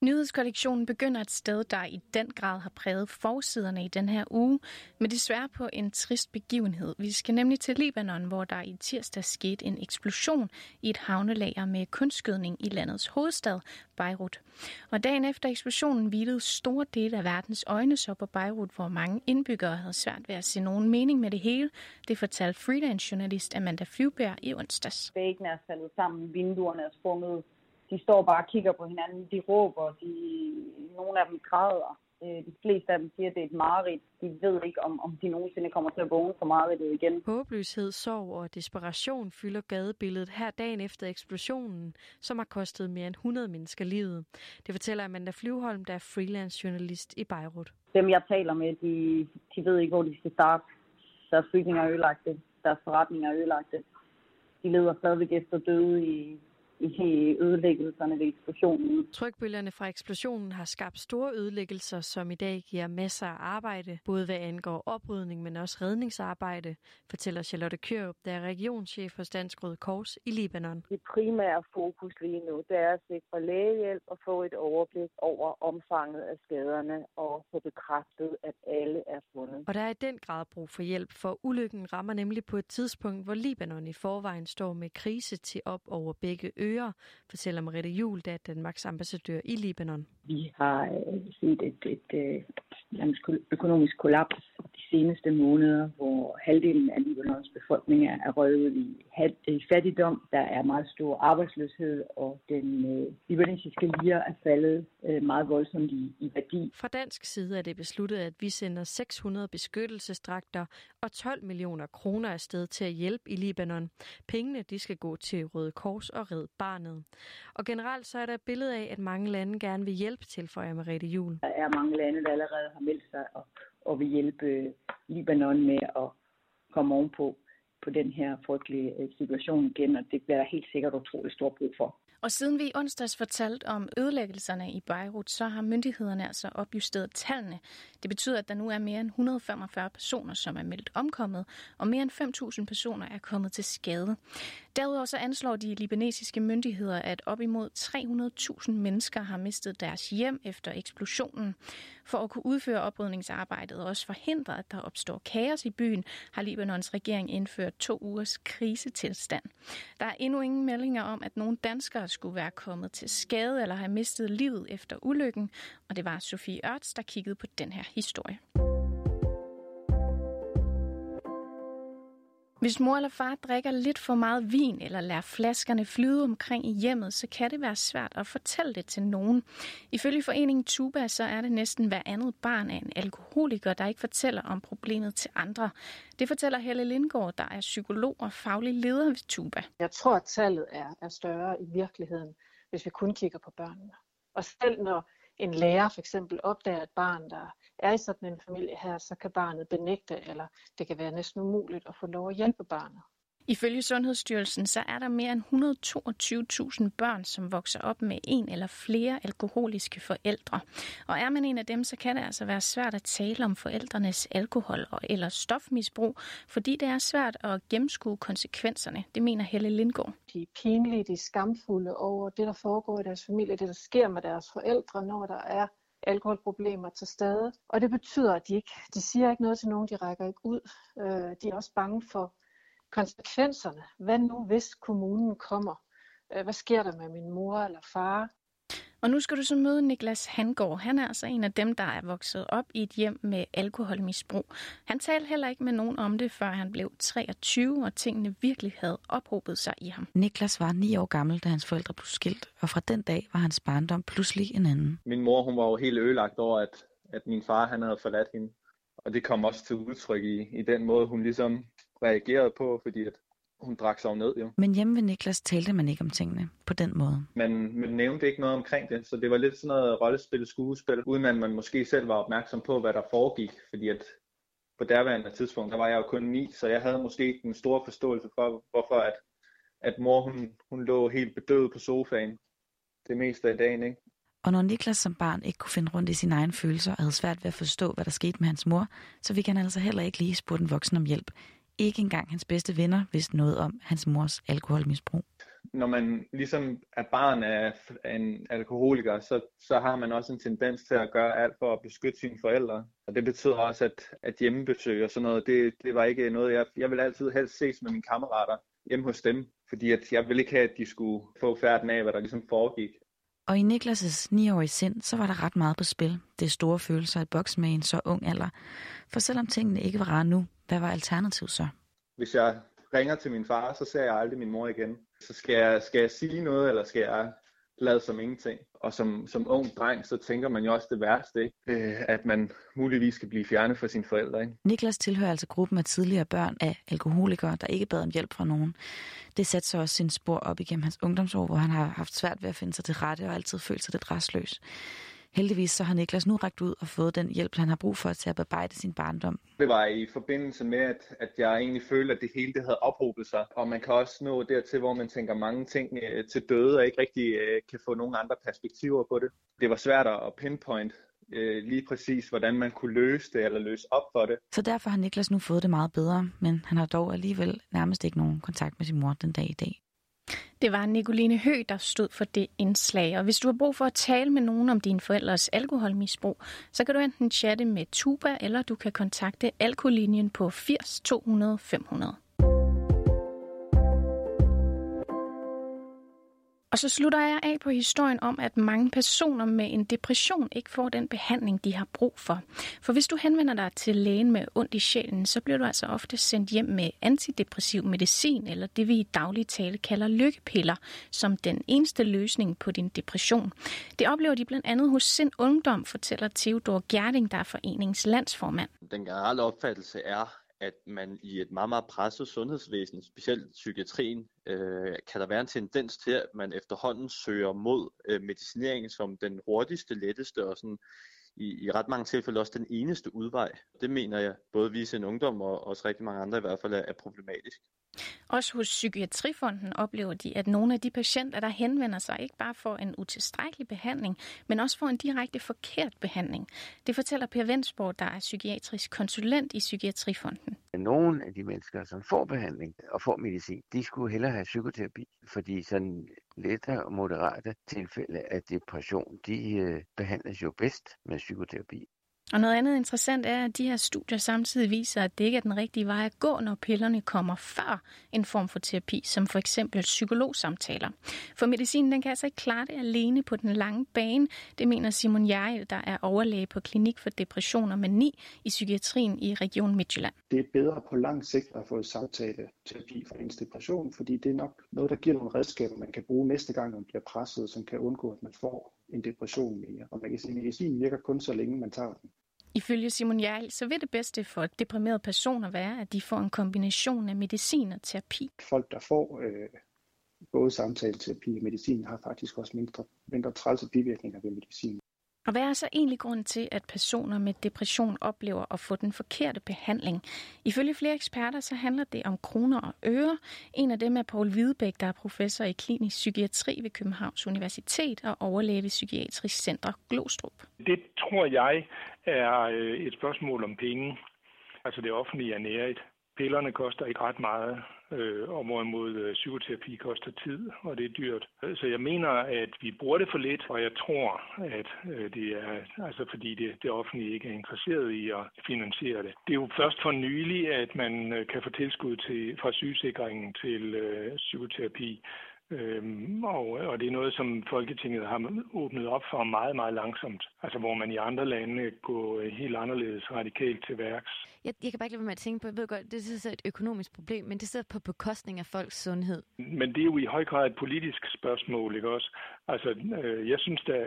Nyhedskollektionen begynder et sted, der i den grad har præget forsiderne i den her uge, men desværre på en trist begivenhed. Vi skal nemlig til Libanon, hvor der i tirsdag skete en eksplosion i et havnelager med kunstgødning i landets hovedstad, Beirut. Og dagen efter eksplosionen hvilede store dele af verdens øjne så på Beirut, hvor mange indbyggere havde svært ved at se nogen mening med det hele. Det fortalte freelance-journalist Amanda Flyvbjerg i onsdags. Væggene er faldet sammen, vinduerne er sprunget. De står bare og kigger på hinanden, de råber, nogle af dem græder. De fleste af dem siger, at det er et mareridt. De ved ikke, om de nogensinde kommer til at vågne for mareridtet igen. Håbløshed, sorg og desperation fylder gadebilledet her dagen efter eksplosionen, som har kostet mere end 100 mennesker livet. Det fortæller Amanda Flyvholm, der er freelance-journalist i Beirut. Dem, jeg taler med, de ved ikke, hvor de skal starte. Deres bygninger er ødelagte, deres forretninger er ødelagte. De leder stadigvæk efter døde i ødelæggelserne ved eksplosionen. Trykbølgerne fra eksplosionen har skabt store ødelæggelser, som i dag giver masser af arbejde, både hvad angår oprydning, men også redningsarbejde, fortæller Charlotte Kjørup, der er regionschef hos Dansk Røde Kors i Libanon. Det primære fokus lige nu, det er at sikre lægehjælp og få et overblik over omfanget af skaderne og få bekræftet, at alle er fundet. Og der er i den grad brug for hjælp, for ulykken rammer nemlig på et tidspunkt, hvor Libanon i forvejen står med krise til op over begge øer, fortæller Merete Juhl, der er Danmarks ambassadør i Libanon. Vi har set et økonomisk kollaps de seneste måneder, hvor halvdelen af Libanons befolkning er røget i fattigdom. Der er meget stor arbejdsløshed, og den libanesiske lire er faldet meget voldsomt i værdi. Fra dansk side er det besluttet, at vi sender 600 beskyttelsesdragter og 12 millioner kroner afsted til at hjælpe i Libanon. Pengene de skal gå til Røde Kors og Red Barnet. Og generelt så er der et billede af, at mange lande gerne vil hjælpe, tilføjer Merete Juhl. Der er mange lande, der allerede har meldt sig og vil hjælpe Libanon med at komme ovenpå på den her frygtelige situation igen, og det bliver der helt sikkert utroligt stor brug for. Og siden vi i onsdags fortalte om ødelæggelserne i Beirut, så har myndighederne altså opjusteret tallene. Det betyder, at der nu er mere end 145 personer, som er meldt omkommet, og mere end 5.000 personer er kommet til skade. Derudover så anslår de libanesiske myndigheder, at op imod 300.000 mennesker har mistet deres hjem efter eksplosionen. For at kunne udføre oprydningsarbejdet og også forhindre, at der opstår kaos i byen, har Libanons regering indført 2 ugers krisetilstand. Der er endnu ingen meldinger om, at nogle danskere skulle være kommet til skade eller have mistet livet efter ulykken, og det var Sofie Ørts, der kiggede på den her historie. Hvis mor eller far drikker lidt for meget vin eller lader flaskerne flyde omkring i hjemmet, så kan det være svært at fortælle det til nogen. Ifølge foreningen Tuba, så er det næsten hver andet barn af en alkoholiker, der ikke fortæller om problemet til andre. Det fortæller Helle Lindgaard, der er psykolog og faglig leder ved Tuba. Jeg tror, at tallet er større i virkeligheden, hvis vi kun kigger på børnene. Og selv når en lærer for eksempel opdager et barn, der er i sådan en familie her, så kan barnet benægte, eller det kan være næsten umuligt at få lov at hjælpe barnet. Ifølge Sundhedsstyrelsen så er der mere end 122.000 børn, som vokser op med en eller flere alkoholiske forældre. Og er man en af dem, så kan det altså være svært at tale om forældrenes alkohol- eller stofmisbrug, fordi det er svært at gennemskue konsekvenserne. Det mener Helle Lindgaard. De er pinlige, de er skamfulde over det, der foregår i deres familie, det, der sker med deres forældre, når der er alkoholproblemer til stede. Og det betyder, at de siger ikke noget til nogen, de rækker ikke ud. De er også bange for konsekvenserne. Hvad nu, hvis kommunen kommer? Hvad sker der med min mor eller far? Og nu skal du så møde Niklas Hangård. Han er altså en af dem, der er vokset op i et hjem med alkoholmisbrug. Han talte heller ikke med nogen om det, før han blev 23, og tingene virkelig havde ophobet sig i ham. Niklas var 9 år gammel, da hans forældre blev skilt, og fra den dag var hans barndom pludselig en anden. Min mor, hun var jo helt ødelagt over, at min far, han havde forladt hende. Og det kom også til udtryk i den måde, hun ligesom reagerede på, fordi at hun drak sig ned jo. Men hjemme ved Niklas talte man ikke om tingene på den måde. Man nævnte ikke noget omkring det, så det var lidt sådan noget rollespil, skuespil, uden at man måske selv var opmærksom på, hvad der foregik. Fordi at på derværende tidspunkt, der var jeg jo kun 9, så jeg havde måske ikke den store forståelse for, hvorfor at mor hun lå helt bedøvet på sofaen det meste af dagen, ikke? Og når Niklas som barn ikke kunne finde rundt i sine egne følelser og havde svært ved at forstå, hvad der skete med hans mor, så fik han altså heller ikke lige spurgt en voksen om hjælp. Ikke engang hans bedste venner vidste noget om hans mors alkoholmisbrug. når man ligesom er barn af en alkoholiker, så har man også en tendens til at gøre alt for at beskytte sine forældre. Og det betyder også, at hjemmebesøg og sådan noget, det var ikke noget, jeg ville altid helst ses med mine kammerater hjemme hos dem, fordi at jeg ville ikke have, at de skulle få færden af, hvad der ligesom foregik. Og i Niklas' 9-årige sind, så var der ret meget på spil. Det er store følelser at bokse med i en så ung alder. For selvom tingene ikke var rare nu, hvad var alternativet så? Hvis jeg ringer til min far, så ser jeg aldrig min mor igen. Så skal jeg sige noget, eller skal jeg lade som ingenting? Og som ung dreng, så tænker man jo også det værste, ikke? At man muligvis skal blive fjernet fra sine forældre. Ikke? Niklas tilhører altså gruppen af tidligere børn af alkoholikere, der ikke bad om hjælp fra nogen. Det satte så også sin spor op igennem hans ungdomsår, hvor han har haft svært ved at finde sig til rette og altid følt sig lidt rastløs. Heldigvis så har Niklas nu rakt ud og fået den hjælp, han har brug for til at bearbejde sin barndom. Det var i forbindelse med, at jeg egentlig følte, at det hele det havde ophobet sig. Og man kan også nå dertil, hvor man tænker mange ting til døde og ikke rigtig kan få nogle andre perspektiver på det. Det var svært at pinpoint lige præcis, hvordan man kunne løse det eller løse op for det. Så derfor har Niklas nu fået det meget bedre, men han har dog alligevel nærmest ikke nogen kontakt med sin mor den dag i dag. Det var Nicoline Høgh, der stod for det indslag. Og hvis du har brug for at tale med nogen om dine forældres alkoholmisbrug, så kan du enten chatte med Tuba, eller du kan kontakte Alkolinjen på 80 200 500. Og så slutter jeg af på historien om, at mange personer med en depression ikke får den behandling, de har brug for. For hvis du henvender dig til lægen med ondt i sjælen, så bliver du altså ofte sendt hjem med antidepressiv medicin, eller det vi i daglig tale kalder lykkepiller, som den eneste løsning på din depression. Det oplever de blandt andet hos Sind Ungdom, fortæller Theodor Gjerding, der er foreningens landsformand. Den generelle opfattelse er, at man i et meget, meget presset sundhedsvæsen, specielt psykiatrien, kan der være en tendens til, at man efterhånden søger mod medicinering som den hurtigste, letteste og sådan i ret mange tilfælde også den eneste udvej. Det mener jeg, både vi i Sind Ungdom og også rigtig mange andre i hvert fald er problematisk. Også hos Psykiatrifonden oplever de, at nogle af de patienter, der henvender sig, ikke bare får en utilstrækkelig behandling, men også får en direkte forkert behandling. Det fortæller Per Vensborg, der er psykiatrisk konsulent i Psykiatrifonden. Nogle af de mennesker, som får behandling og får medicin, de skulle hellere have psykoterapi, fordi sådan lette og moderate tilfælde af depression, de behandles jo bedst med psykoterapi. Og noget andet interessant er, at de her studier samtidig viser, at det ikke er den rigtige vej at gå, når pillerne kommer før en form for terapi, som for eksempel psykologsamtaler. For medicinen den kan altså ikke klare det alene på den lange bane. Det mener Simon Jerl, der er overlæge på Klinik for Depression og Mani i psykiatrien i Region Midtjylland. Det er bedre på lang sigt at få samtaleterapi for ens depression, fordi det er nok noget, der giver nogle redskaber, man kan bruge næste gang, man bliver presset, som kan undgå, at man får en depression mere. Og man kan sige, at medicin virker kun så længe, man tager den. Ifølge Simon Jerl, så vil det bedste for deprimerede personer være, at de får en kombination af medicin og terapi. Folk, der får både samtaleterapi og medicin, har faktisk også mindre trælse bivirkninger ved medicin. Og hvad er så egentlig grund til, at personer med depression oplever at få den forkerte behandling? Ifølge flere eksperter, så handler det om kroner og øre. En af dem er Poul Hvidebæk, der er professor i klinisk psykiatri ved Københavns Universitet og overlæge ved Psykiatrisk Center Glostrup. Det tror jeg er et spørgsmål om penge. Altså det offentlige er nærigt. Pillerne koster ikke ret meget, og hvorimod psykoterapi koster tid, og det er dyrt. Så jeg mener, at vi bruger det for lidt, og jeg tror, at det er altså fordi det offentlige ikke er interesseret i at finansiere det. Det er jo først for nylig, at man kan få tilskud fra sygesikringen til psykoterapi. Og det er noget, som Folketinget har åbnet op for meget, meget langsomt. Altså hvor man i andre lande går helt anderledes radikalt til værks. Jeg kan bare ikke lade være med at tænke på, jeg ved godt, det er så et økonomisk problem, men det sidder på bekostning af folks sundhed. Men det er jo i høj grad et politisk spørgsmål, ikke også? Altså, jeg synes da,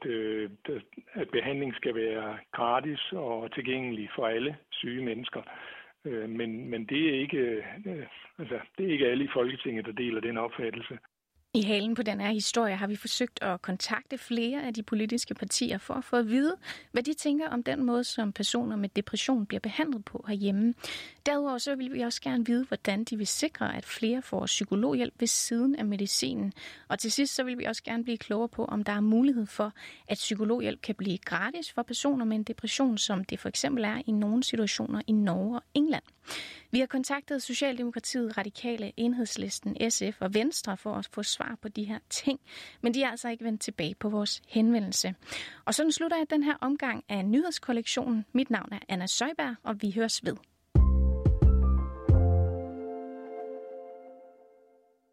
at behandling skal være gratis og tilgængelig for alle syge mennesker. Men det er ikke alle i Folketinget, der deler den opfattelse. I halen på den her historie har vi forsøgt at kontakte flere af de politiske partier for at få at vide, hvad de tænker om den måde, som personer med depression bliver behandlet på herhjemme. Derudover så vil vi også gerne vide, hvordan de vil sikre, at flere får psykologhjælp ved siden af medicinen. Og til sidst så vil vi også gerne blive klogere på, om der er mulighed for, at psykologhjælp kan blive gratis for personer med en depression, som det for eksempel er i nogle situationer i Norge og England. Vi har kontaktet Socialdemokratiet, Radikale, Enhedslisten, SF og Venstre for at få svar på de her ting, men de er altså ikke vendt tilbage på vores henvendelse. Og sådan slutter jeg den her omgang af nyhedskollektionen. Mit navn er Anna Søjberg, og vi høres ved.